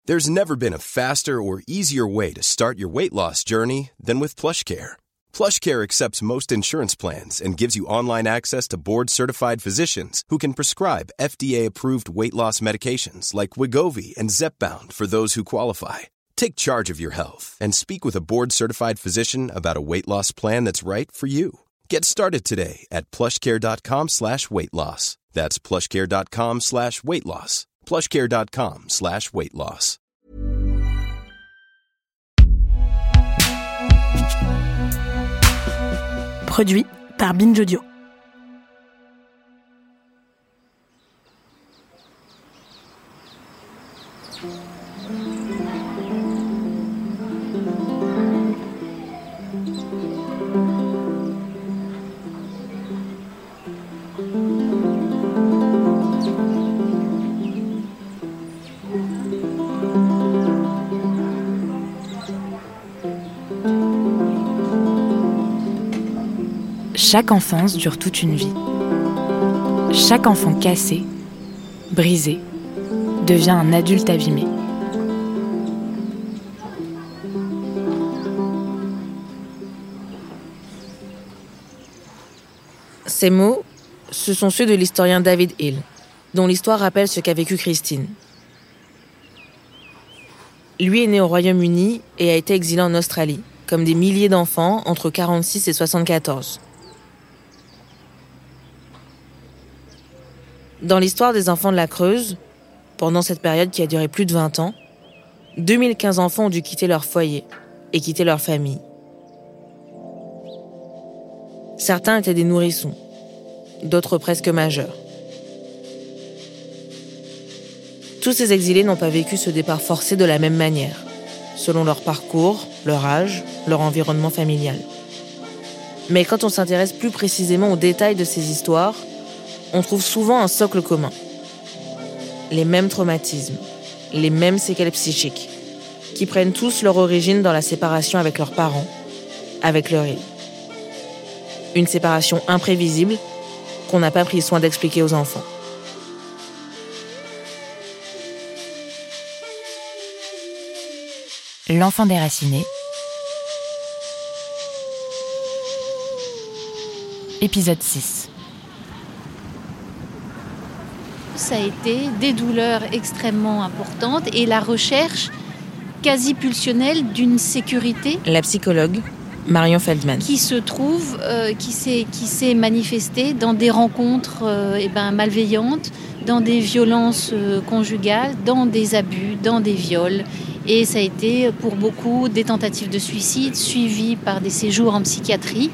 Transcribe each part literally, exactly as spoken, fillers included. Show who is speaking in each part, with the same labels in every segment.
Speaker 1: There's never been a faster or easier way to start your weight loss journey than with PlushCare. PlushCare accepts most insurance plans and gives you online access to board-certified physicians who can prescribe F D A-approved weight loss medications like Wegovy and Zepbound for those who qualify. Take charge of your health and speak with a board-certified physician about a weight loss plan that's right for you. Get started today at plushcare.com slash weight loss. That's plushcare.com slash weight loss. plushcare.com slash weight loss.
Speaker 2: Produit par Binge Audio. Chaque enfance dure toute une vie. Chaque enfant cassé, brisé, devient un adulte abîmé.
Speaker 3: Ces mots, ce sont ceux de l'historien David Hill, dont l'histoire rappelle ce qu'a vécu Christine. Lui est né au Royaume-Uni et a été exilé en Australie, comme des milliers d'enfants entre quarante-six et soixante-quatorze. Dans l'histoire des enfants de la Creuse, pendant cette période qui a duré plus de vingt ans, deux mille quinze enfants ont dû quitter leur foyer et quitter leur famille. Certains étaient des nourrissons, d'autres presque majeurs. Tous ces exilés n'ont pas vécu ce départ forcé de la même manière, selon leur parcours, leur âge, leur environnement familial. Mais quand on s'intéresse plus précisément aux détails de ces histoires, on trouve souvent un socle commun. Les mêmes traumatismes, les mêmes séquelles psychiques, qui prennent tous leur origine dans la séparation avec leurs parents, avec leur île. Une séparation imprévisible qu'on n'a pas pris soin d'expliquer aux enfants.
Speaker 2: L'enfant déraciné. Épisode six.
Speaker 4: Ça a été des douleurs extrêmement importantes et la recherche quasi pulsionnelle d'une sécurité.
Speaker 3: La psychologue Marion Feldman.
Speaker 4: Qui se trouve, euh, qui, s'est, qui s'est manifestée dans des rencontres euh, eh ben, malveillantes, dans des violences euh, conjugales, dans des abus, dans des viols. Et ça a été pour beaucoup des tentatives de suicide suivies par des séjours en psychiatrie.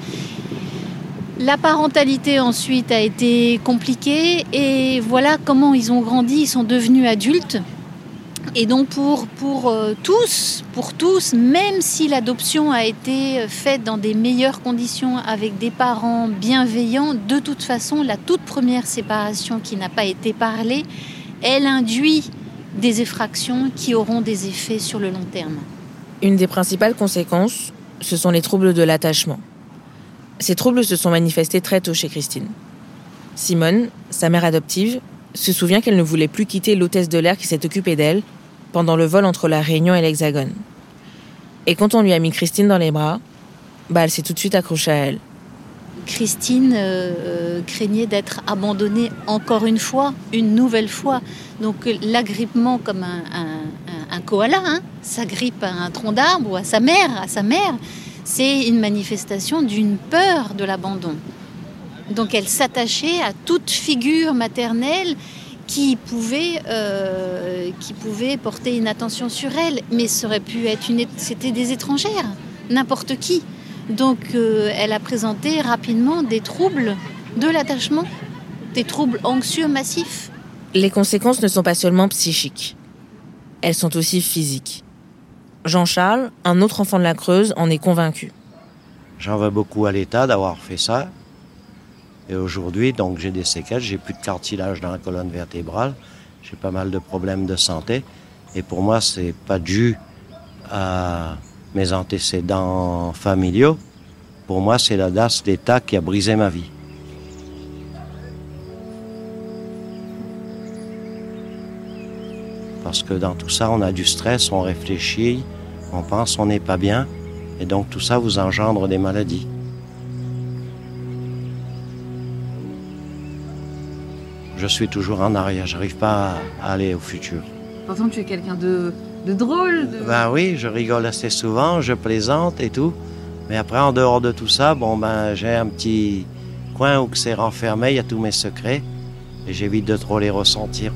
Speaker 4: La parentalité ensuite a été compliquée et voilà comment ils ont grandi, ils sont devenus adultes. Et donc pour, pour euh, tous, pour tous, même si l'adoption a été faite dans des meilleures conditions avec des parents bienveillants, de toute façon, la toute première séparation qui n'a pas été parlée, elle induit des effractions qui auront des effets sur le long terme.
Speaker 3: Une des principales conséquences, ce sont les troubles de l'attachement. Ces troubles se sont manifestés très tôt chez Christine. Simone, sa mère adoptive, se souvient qu'elle ne voulait plus quitter l'hôtesse de l'air qui s'est occupée d'elle pendant le vol entre la Réunion et l'Hexagone. Et quand on lui a mis Christine dans les bras, bah elle s'est tout de suite accrochée à elle.
Speaker 4: Christine euh, craignait d'être abandonnée encore une fois, une nouvelle fois. Donc l'agrippement comme un, un, un koala, hein, s'agrippe à un tronc d'arbre ou à sa mère, à sa mère, c'est une manifestation d'une peur de l'abandon. Donc elle s'attachait à toute figure maternelle qui pouvait, euh, qui pouvait porter une attention sur elle. Mais ça aurait pu être une, c'était des étrangères, n'importe qui. Donc euh, elle a présenté rapidement des troubles de l'attachement, des troubles anxieux massifs.
Speaker 3: Les conséquences ne sont pas seulement psychiques, elles sont aussi physiques. Jean-Charles, un autre enfant de la Creuse, en est convaincu.
Speaker 5: J'en veux beaucoup à l'État d'avoir fait ça. Et aujourd'hui, donc, j'ai des séquelles, j'ai plus de cartilage dans la colonne vertébrale, j'ai pas mal de problèmes de santé. Et pour moi, c'est pas dû à mes antécédents familiaux. Pour moi, c'est l'audace d'État qui a brisé ma vie. parce que dans tout ça, on a du stress, on réfléchit, on pense, on n'est pas bien, et donc tout ça vous engendre des maladies. Je suis toujours en arrière, j'arrive pas à aller au futur.
Speaker 6: Pourtant, tu es quelqu'un de, de drôle. De...
Speaker 5: Ben oui, je rigole assez souvent, je plaisante et tout. Mais après, en dehors de tout ça, bon ben, j'ai un petit coin où c'est renfermé, il y a tous mes secrets. Et j'évite de trop les ressentir.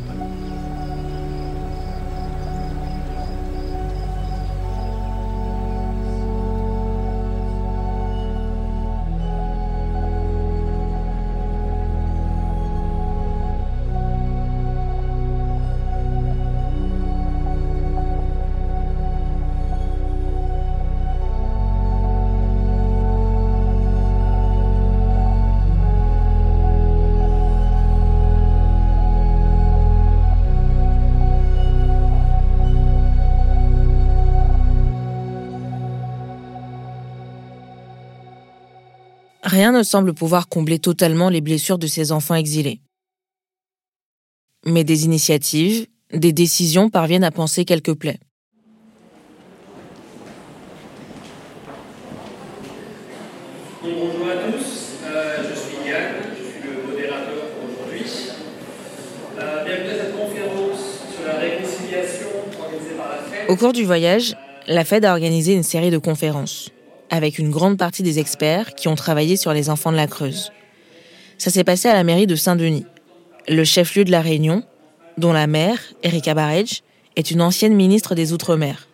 Speaker 3: Rien ne semble pouvoir combler totalement les blessures de ces enfants exilés. Mais des initiatives, des décisions parviennent à panser quelques plaies.
Speaker 7: Bonjour à tous, euh, je suis Yann, je suis le modérateur pour aujourd'hui. Euh, bienvenue à cette conférence sur la réconciliation organisée par la F E D.
Speaker 3: Au cours du voyage, la F E D a organisé une série de conférences, avec une grande partie des experts qui ont travaillé sur les enfants de la Creuse. Ça s'est passé à la mairie de Saint-Denis, le chef-lieu de la Réunion, dont la maire, Erika Barej, est une ancienne ministre des Outre-mer.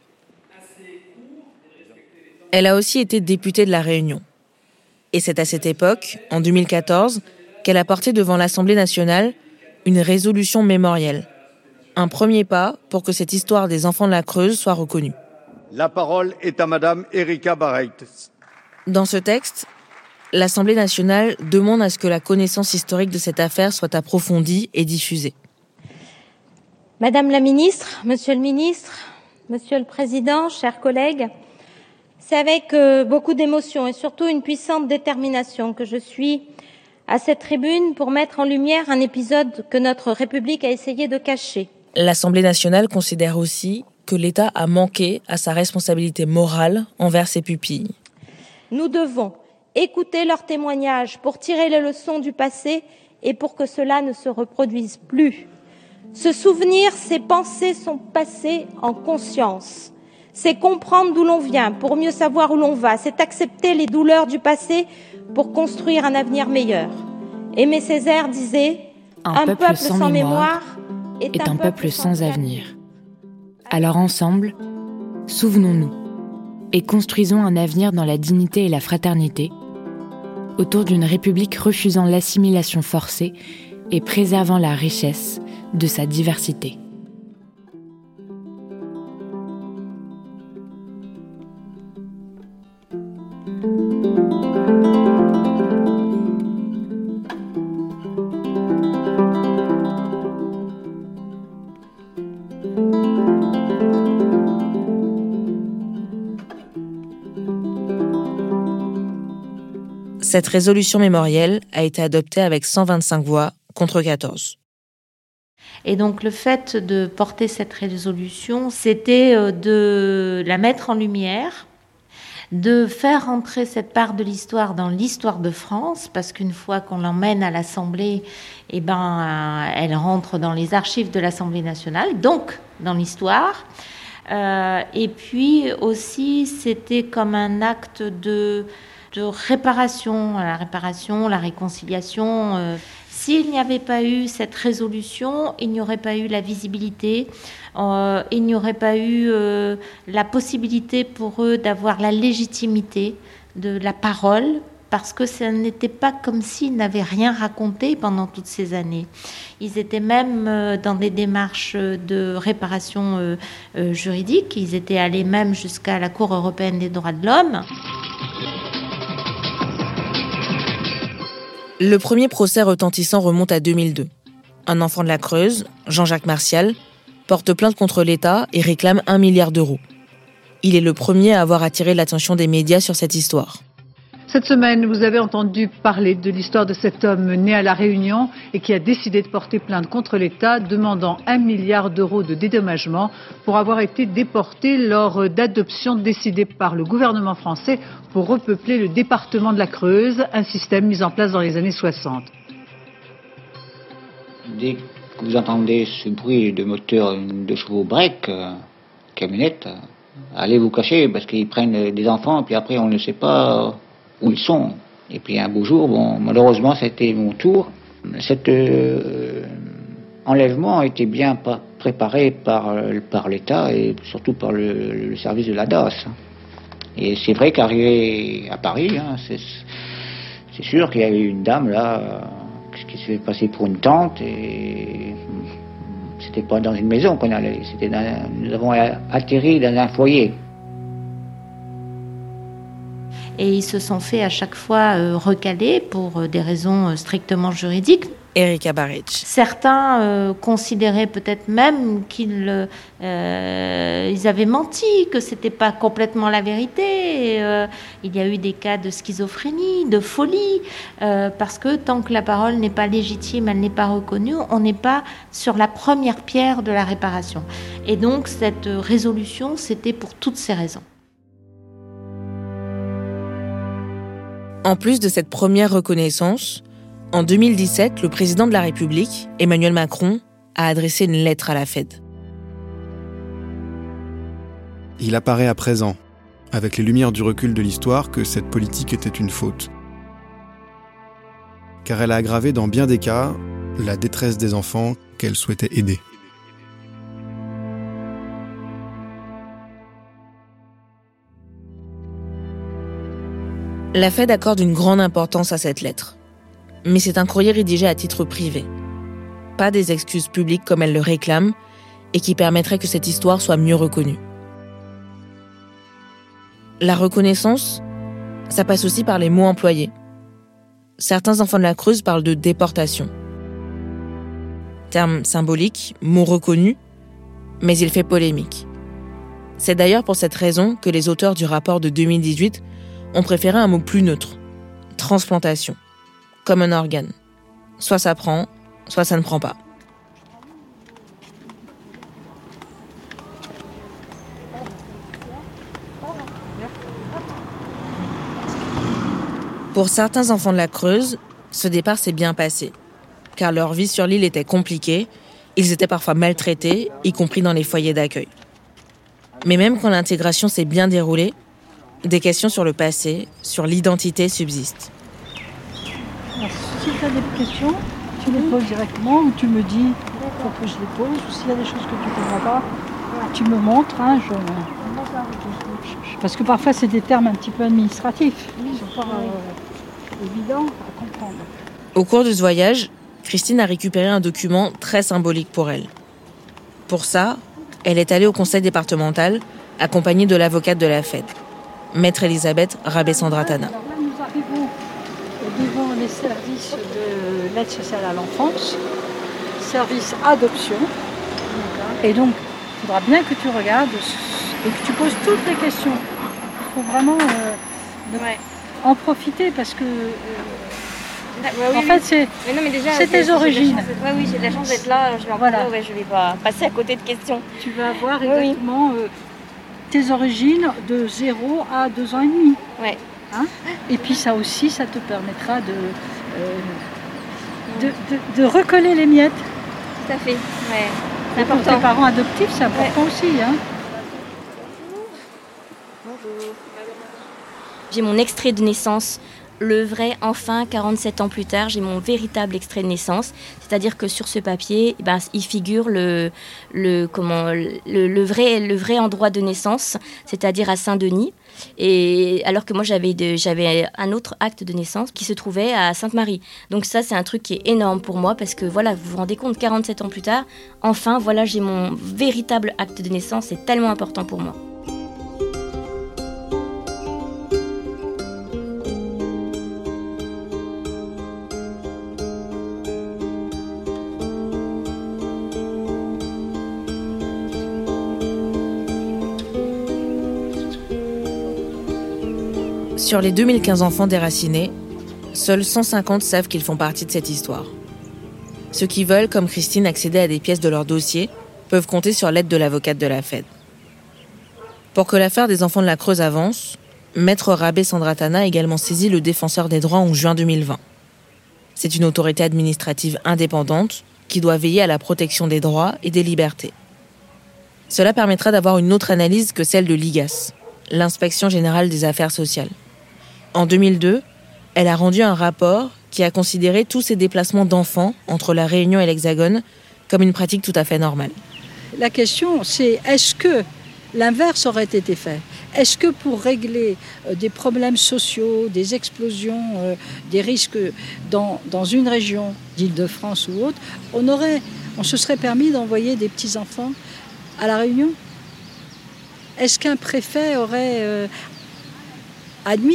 Speaker 3: Elle a aussi été députée de la Réunion. Et c'est à cette époque, en deux mille quatorze, qu'elle a porté devant l'Assemblée nationale une résolution mémorielle. Un premier pas pour que cette histoire des enfants de la Creuse soit reconnue.
Speaker 8: La parole est à Madame Erika Barej.
Speaker 3: Dans ce texte, l'Assemblée nationale demande à ce que la connaissance historique de cette affaire soit approfondie et diffusée.
Speaker 9: Madame la ministre, Monsieur le ministre, Monsieur le Président, chers collègues, c'est avec euh, beaucoup d'émotion et surtout une puissante détermination que je suis à cette tribune pour mettre en lumière un épisode que notre République a essayé de cacher.
Speaker 3: L'Assemblée nationale considère aussi que l'État a manqué à sa responsabilité morale envers ses pupilles.
Speaker 9: Nous devons écouter leurs témoignages pour tirer les leçons du passé et pour que cela ne se reproduise plus. Se souvenir, c'est penser son passé en conscience. C'est comprendre d'où l'on vient pour mieux savoir où l'on va. C'est accepter les douleurs du passé pour construire un avenir meilleur. Aimé Césaire disait «
Speaker 2: Un, un peuple, peuple sans, sans mémoire est un, un peuple sans avenir ». Alors ensemble, souvenons-nous et construisons un avenir dans la dignité et la fraternité, autour d'une République refusant l'assimilation forcée et préservant la richesse de sa diversité.
Speaker 3: Cette résolution mémorielle a été adoptée avec cent vingt-cinq voix contre quatorze.
Speaker 4: Et donc le fait de porter cette résolution, c'était de la mettre en lumière, de faire entrer cette part de l'histoire dans l'histoire de France, parce qu'une fois qu'on l'emmène à l'Assemblée, eh ben, elle rentre dans les archives de l'Assemblée nationale, donc dans l'histoire. Euh, et puis aussi, c'était comme un acte de... de réparation, la réparation, la réconciliation. Euh, s'il n'y avait pas eu cette résolution, il n'y aurait pas eu la visibilité, euh, il n'y aurait pas eu euh, la possibilité pour eux d'avoir la légitimité de la parole, parce que ce n'était pas comme s'ils n'avaient rien raconté pendant toutes ces années. Ils étaient même euh, dans des démarches de réparation euh, euh, juridique, ils étaient allés même jusqu'à la Cour européenne des droits de l'homme.
Speaker 3: Le premier procès retentissant remonte à deux mille deux. Un enfant de la Creuse, Jean-Jacques Martial, porte plainte contre l'État et réclame un milliard d'euros. Il est le premier à avoir attiré l'attention des médias sur cette histoire.
Speaker 10: Cette semaine, vous avez entendu parler de l'histoire de cet homme né à La Réunion et qui a décidé de porter plainte contre l'État, demandant un milliard d'euros de dédommagement pour avoir été déporté lors d'adoptions décidées par le gouvernement français pour repeupler le département de la Creuse, un système mis en place dans les années soixante.
Speaker 11: Dès que vous entendez ce bruit de moteur de chevaux break, euh, camionnette, euh, allez vous cacher parce qu'ils prennent des enfants et puis après on ne sait pas où ils sont. Et puis un beau jour, bon, malheureusement, ça a été mon tour. Cet euh, enlèvement a été bien préparé par, par l'État et surtout par le, le service de la D A S. Et c'est vrai qu'arrivé à Paris, hein, c'est, c'est sûr qu'il y a eu une dame là euh, qui se fait passer pour une tante et c'était pas dans une maison qu'on allait, c'était dans, nous avons atterri dans un foyer.
Speaker 12: Et ils se sont fait à chaque fois euh, recaler pour euh, des raisons euh, strictement juridiques.
Speaker 3: Erika Baric.
Speaker 12: Certains euh, considéraient peut-être même qu'ils euh, ils avaient menti, que c'était pas complètement la vérité. Et, euh, il y a eu des cas de schizophrénie, de folie, euh, parce que tant que la parole n'est pas légitime, elle n'est pas reconnue, on n'est pas sur la première pierre de la réparation. Et donc cette résolution, c'était pour toutes ces raisons.
Speaker 3: En plus de cette première reconnaissance, en deux mille dix-sept, le président de la République, Emmanuel Macron, a adressé une lettre à la Fed.
Speaker 13: Il apparaît à présent, avec les lumières du recul de l'histoire, que cette politique était une faute. Car elle a aggravé dans bien des cas la détresse des enfants qu'elle souhaitait aider.
Speaker 3: La Fed accorde une grande importance à cette lettre. Mais c'est un courrier rédigé à titre privé. Pas des excuses publiques comme elle le réclame et qui permettraient que cette histoire soit mieux reconnue. La reconnaissance, ça passe aussi par les mots employés. Certains enfants de la Creuse parlent de déportation. Terme symbolique, mot reconnu, mais il fait polémique. C'est d'ailleurs pour cette raison que les auteurs du rapport de deux mille dix-huit ont préféré un mot plus neutre, transplantation, comme un organe. Soit ça prend, soit ça ne prend pas. Pour certains enfants de la Creuse, ce départ s'est bien passé, car leur vie sur l'île était compliquée, ils étaient parfois maltraités, y compris dans les foyers d'accueil. Mais même quand l'intégration s'est bien déroulée, des questions sur le passé, sur l'identité subsistent.
Speaker 14: Alors, si tu as des questions, tu les poses directement ou tu me dis pour que je les pose. Ou s'il y a des choses que tu ne comprends pas, tu me montres. Hein, je... Parce que parfois, c'est des termes un petit peu administratifs. Ils ne sont pas euh, évidents à comprendre.
Speaker 3: Au cours de ce voyage, Christine a récupéré un document très symbolique pour elle. Pour ça, elle est allée au conseil départemental, accompagnée de l'avocate de la Fed. Maître Elisabeth Rabé-Sandratana.
Speaker 14: Alors là, nous arrivons devant les services de l'aide sociale à l'enfance, service adoption. Et donc, il faudra bien que tu regardes et que tu poses toutes les questions. Il faut vraiment euh, ouais. en profiter parce que, euh,
Speaker 15: ouais, oui,
Speaker 14: en
Speaker 15: oui.
Speaker 14: fait, c'est,
Speaker 15: mais non, mais déjà,
Speaker 14: c'est tes origines.
Speaker 15: Oui, oui, j'ai de la chance d'être là. Je vais,
Speaker 14: voilà.
Speaker 15: ouais, je vais pas passer à côté de questions.
Speaker 14: Tu vas avoir exactement... Oui. Euh, tes origines de zéro à deux ans et demi.
Speaker 15: Ouais.
Speaker 14: Hein, et puis ça aussi, ça te permettra de, euh, de, de, de recoller les miettes.
Speaker 15: Tout à fait, ouais. C'est
Speaker 14: et
Speaker 15: important.
Speaker 14: Pour tes parents adoptifs, c'est important ouais. aussi. Hein.
Speaker 15: Bonjour. J'ai mon extrait de naissance. Le vrai, enfin, quarante-sept ans plus tard, j'ai mon véritable extrait de naissance. C'est-à-dire que sur ce papier, ben, il figure le, le, comment, le, le, vrai, le vrai endroit de naissance, c'est-à-dire à Saint-Denis. Et alors que moi, j'avais, de, j'avais un autre acte de naissance qui se trouvait à Sainte-Marie. Donc ça, c'est un truc qui est énorme pour moi parce que, voilà, vous vous rendez compte, quarante-sept ans plus tard, enfin, voilà, j'ai mon véritable acte de naissance. C'est tellement important pour moi.
Speaker 3: Sur les deux mille quinze enfants déracinés, seuls cent cinquante savent qu'ils font partie de cette histoire. Ceux qui veulent, comme Christine, accéder à des pièces de leur dossier peuvent compter sur l'aide de l'avocate de la F E D. Pour que l'affaire des enfants de la Creuse avance, Maître Rabé Sandratana a également saisi le défenseur des droits en juin deux mille vingt. C'est une autorité administrative indépendante qui doit veiller à la protection des droits et des libertés. Cela permettra d'avoir une autre analyse que celle de l'I G A S, l'Inspection générale des affaires sociales. En deux mille deux, elle a rendu un rapport qui a considéré tous ces déplacements d'enfants entre la Réunion et l'Hexagone comme une pratique tout à fait normale.
Speaker 14: La question, c'est est-ce que l'inverse aurait été fait ? Est-ce que pour régler euh, des problèmes sociaux, des explosions, euh, des risques dans, dans une région d'Île-de-France ou autre, on, aurait, on se serait permis d'envoyer des petits-enfants à La Réunion ? Est-ce qu'un préfet aurait euh, admis ?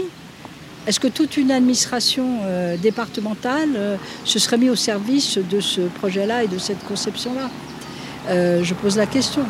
Speaker 14: Est-ce que toute une administration euh, départementale euh, se serait mise au service de ce projet-là et de cette conception-là ? euh, Je pose la question.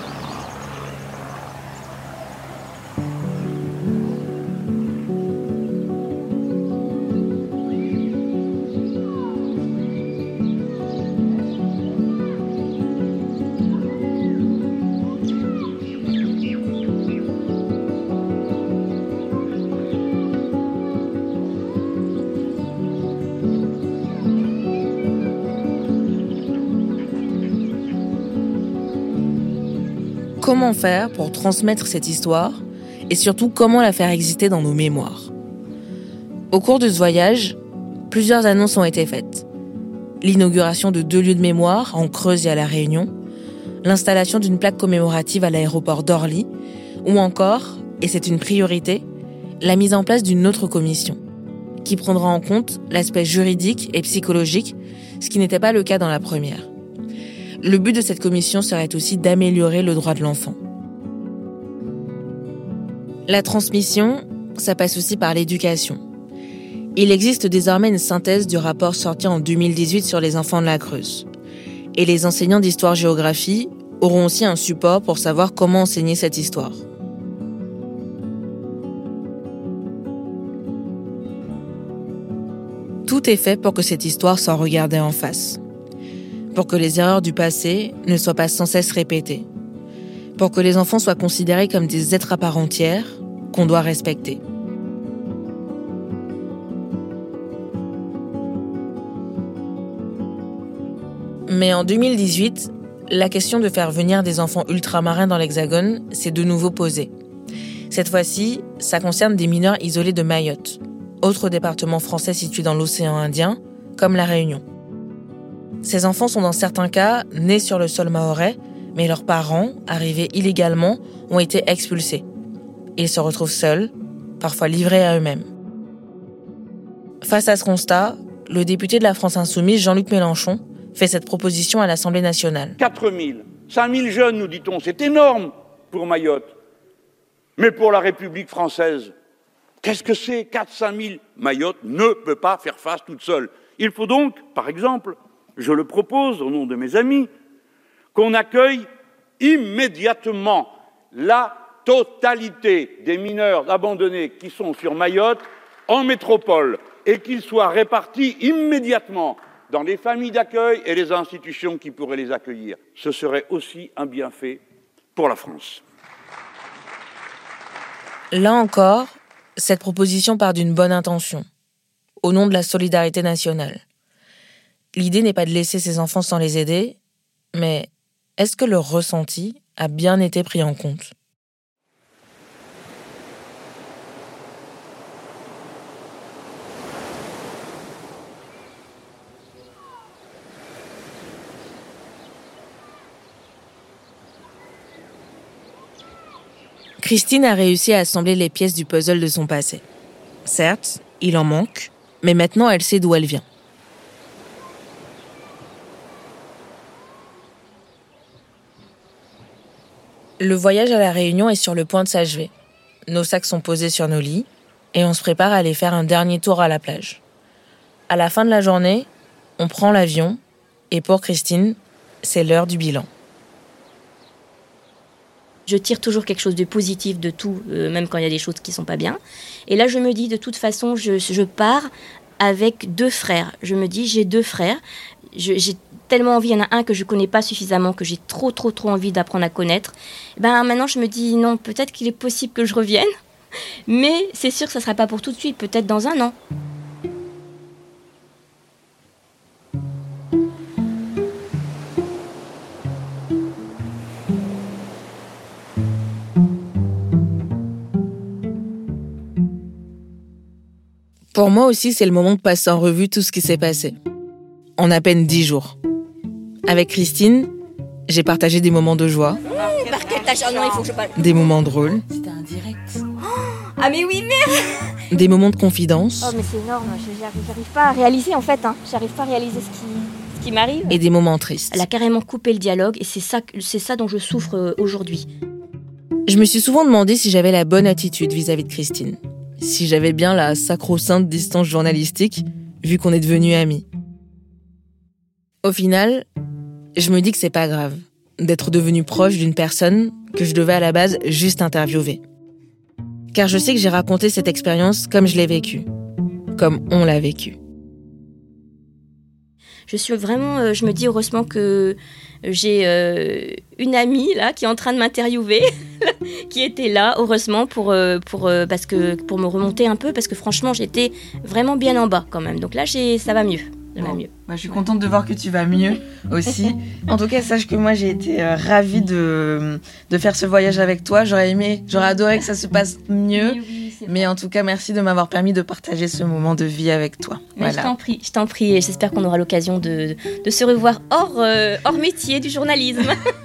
Speaker 3: Comment faire pour transmettre cette histoire et surtout comment la faire exister dans nos mémoires ? Au cours de ce voyage, plusieurs annonces ont été faites. L'inauguration de deux lieux de mémoire en Creuse et à La Réunion, l'installation d'une plaque commémorative à l'aéroport d'Orly ou encore, et c'est une priorité, la mise en place d'une autre commission qui prendra en compte l'aspect juridique et psychologique, ce qui n'était pas le cas dans la première. Le but de cette commission serait aussi d'améliorer le droit de l'enfant. La transmission, ça passe aussi par l'éducation. Il existe désormais une synthèse du rapport sorti en deux mille dix-huit sur les enfants de la Creuse. Et les enseignants d'histoire-géographie auront aussi un support pour savoir comment enseigner cette histoire. Tout est fait pour que cette histoire soit regardée en face. Pour que les erreurs du passé ne soient pas sans cesse répétées. Pour que les enfants soient considérés comme des êtres à part entière qu'on doit respecter. Mais en deux mille dix-huit, la question de faire venir des enfants ultramarins dans l'Hexagone s'est de nouveau posée. Cette fois-ci, ça concerne des mineurs isolés de Mayotte, autre département français situé dans l'océan Indien, comme la Réunion. Ces enfants sont dans certains cas nés sur le sol mahorais, mais leurs parents, arrivés illégalement, ont été expulsés. Ils se retrouvent seuls, parfois livrés à eux-mêmes. Face à ce constat, le député de la France Insoumise, Jean-Luc Mélenchon, fait cette proposition à l'Assemblée nationale.
Speaker 8: quatre mille, cinq mille jeunes, nous dit-on, c'est énorme pour Mayotte. Mais pour la République française, qu'est-ce que c'est ? quatre à cinq mille, Mayotte ne peut pas faire face toute seule. Il faut donc, par exemple, je le propose au nom de mes amis, qu'on accueille immédiatement la totalité des mineurs abandonnés qui sont sur Mayotte en métropole et qu'ils soient répartis immédiatement dans les familles d'accueil et les institutions qui pourraient les accueillir. Ce serait aussi un bienfait pour la France.
Speaker 3: Là encore, cette proposition part d'une bonne intention, au nom de la solidarité nationale. L'idée n'est pas de laisser ces enfants sans les aider, mais est-ce que leur ressenti a bien été pris en compte ? Christine a réussi à assembler les pièces du puzzle de son passé. Certes, il en manque, mais maintenant elle sait d'où elle vient. Le voyage à La Réunion est sur le point de s'achever. Nos sacs sont posés sur nos lits et on se prépare à aller faire un dernier tour à la plage. À la fin de la journée, on prend l'avion et pour Christine, c'est l'heure du bilan.
Speaker 15: Je tire toujours quelque chose de positif de tout, euh, même quand il y a des choses qui ne sont pas bien. Et là, je me dis, de toute façon, je, je pars avec deux frères. Je me dis, j'ai deux frères. Je, j'ai tellement envie, il y en a un que je ne connais pas suffisamment, que j'ai trop, trop, trop envie d'apprendre à connaître. Ben, maintenant, je me dis, non, peut-être qu'il est possible que je revienne. Mais c'est sûr que ça ne sera pas pour tout de suite, peut-être dans un an.
Speaker 3: Pour moi aussi, c'est le moment de passer en revue tout ce qui s'est passé. En à peine dix jours. Avec Christine, j'ai partagé des moments de joie,
Speaker 15: Mmh, par quelle tâche ? Oh non, il faut que je parle.
Speaker 3: des moments drôles,
Speaker 15: C'était un direct. Ah mais oui, merde.
Speaker 3: des moments de confidence
Speaker 15: Oh mais c'est énorme, je, j'arrive, j'arrive pas à réaliser en fait, hein. J'arrive pas à réaliser ce qui, ce qui m'arrive.
Speaker 3: et des moments tristes.
Speaker 15: Elle a carrément coupé le dialogue et c'est ça, c'est ça dont je souffre euh, aujourd'hui.
Speaker 3: Je me suis souvent demandé si j'avais la bonne attitude vis-à-vis de Christine. Si j'avais bien la sacro-sainte distance journalistique, vu qu'on est devenus amis. Au final, je me dis que c'est pas grave d'être devenue proche d'une personne que je devais à la base juste interviewer. Car je sais que j'ai raconté cette expérience comme je l'ai vécue, comme on l'a vécue.
Speaker 15: Je suis vraiment, euh, je me dis heureusement que j'ai euh, une amie là qui est en train de m'interviewer, qui était là heureusement pour euh, pour euh, parce que pour me remonter un peu parce que franchement j'étais vraiment bien en bas quand même. Donc là j'ai, ça va mieux. Ça va
Speaker 16: Bon.
Speaker 15: mieux.
Speaker 16: Bah, je suis contente de voir que tu vas mieux aussi. En tout cas, sache que moi j'ai été euh, ravie de, de faire ce voyage avec toi. J'aurais aimé, j'aurais adoré que ça se passe mieux.
Speaker 15: Oui, oui, c'est
Speaker 16: Mais en tout cas, merci de m'avoir permis de partager ce moment de vie avec toi.
Speaker 15: Mais je t'en prie, je t'en prie et j'espère qu'on aura l'occasion de, de se revoir hors, euh, hors métier du journalisme.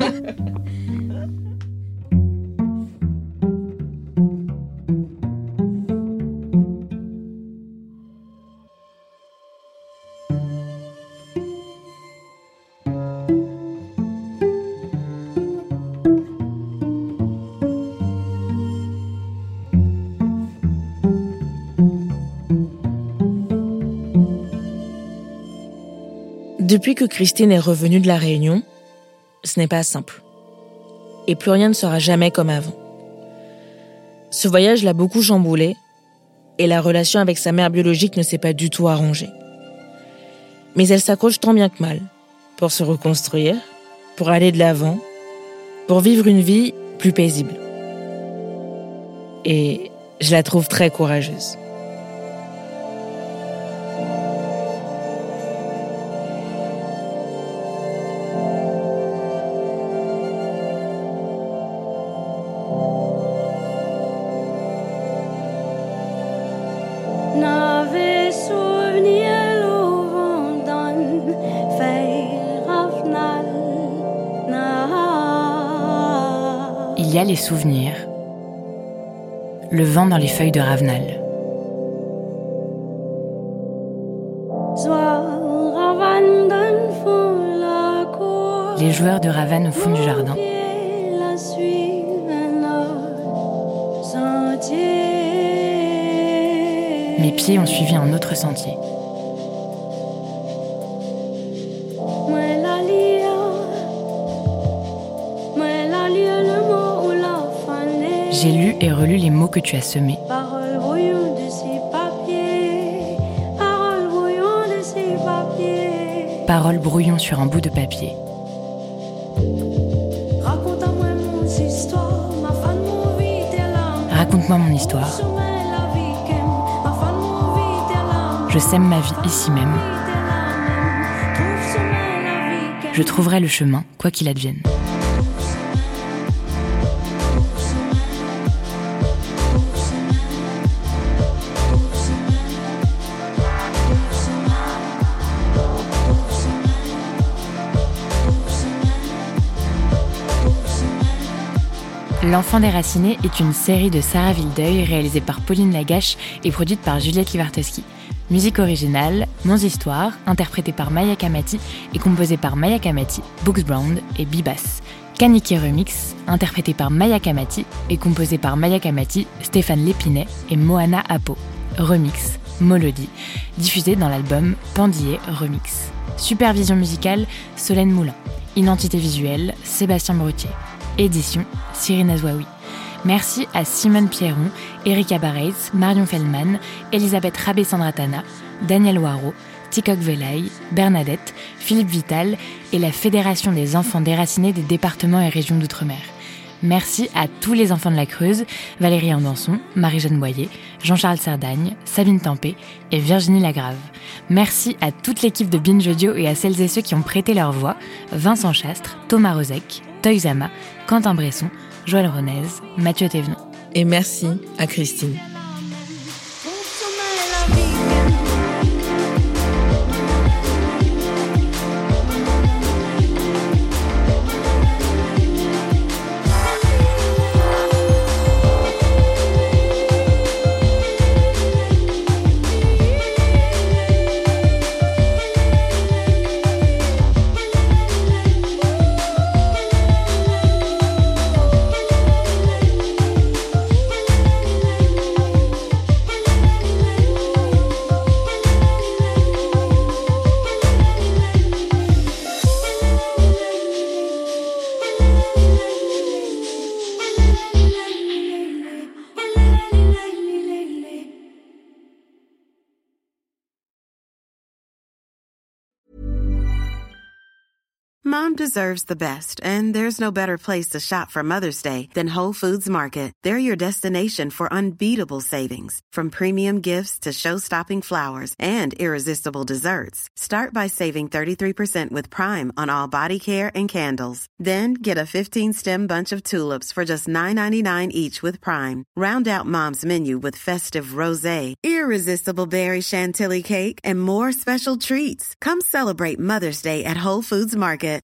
Speaker 3: Depuis que Christine est revenue de La Réunion, ce n'est pas simple. Et plus rien ne sera jamais comme avant. Ce voyage l'a beaucoup chamboulée et la relation avec sa mère biologique ne s'est pas du tout arrangée. Mais elle s'accroche tant bien que mal pour se reconstruire, pour aller de l'avant, pour vivre une vie plus paisible. Et je la trouve très courageuse.
Speaker 2: Il y a les souvenirs. Le vent dans les feuilles de Ravenal. Les joueurs de Ravenne au fond du jardin. Mes pieds ont suivi un autre sentier. J'ai lu et relu les mots que tu as semés. Paroles brouillon sur un bout de papier. Raconte-moi mon histoire. Je sème ma vie ici même. Je trouverai le chemin, quoi qu'il advienne. L'Enfant déraciné est une série de Sarah Vildeuil réalisée par Pauline Lagache et produite par Juliette Livartowski. Musique originale, Mon Histoire, interprétée par Maya Kamati et composée par Maya Kamati, Books Brown et Bibas. Kaniki Remix, interprété par Maya Kamati et composé par Maya Kamati, Stéphane Lépinet et Moana Apo. Remix, Molody, diffusé dans l'album Pandillé Remix. Supervision musicale, Solène Moulin. Identité visuelle, Sébastien Brutier. Édition Cyrine Azouaoui. Merci à Simone Pierron, Erika Barreis, Marion Feldman, Elisabeth Rabé-Sandratana, Daniel Waro, Tikok Velaï, Bernadette, Philippe Vital et la Fédération des enfants déracinés des départements et régions d'outre-mer. Merci à tous les enfants de la Creuse, Valérie Andanson, Marie-Jeanne Boyer, Jean-Charles Sardagne, Sabine Tempé et Virginie Lagrave. Merci à toute l'équipe de Binge Audio et à celles et ceux qui ont prêté leur voix, Vincent Chastre, Thomas Rozek, Toyzama, Quentin Bresson, Joël Ronez, Mathieu Thévenon.
Speaker 3: Et merci à Christine.
Speaker 17: Mom deserves the best, and there's no better place to shop for Mother's Day than Whole Foods Market. They're your destination for unbeatable savings, from premium gifts to show-stopping flowers and irresistible desserts. Start by saving thirty-three percent with Prime on all body care and candles. Then get a fifteen-stem bunch of tulips for just nine ninety-nine each with Prime. Round out Mom's menu with festive rosé, irresistible berry chantilly cake, and more special treats. Come celebrate Mother's Day at Whole Foods Market.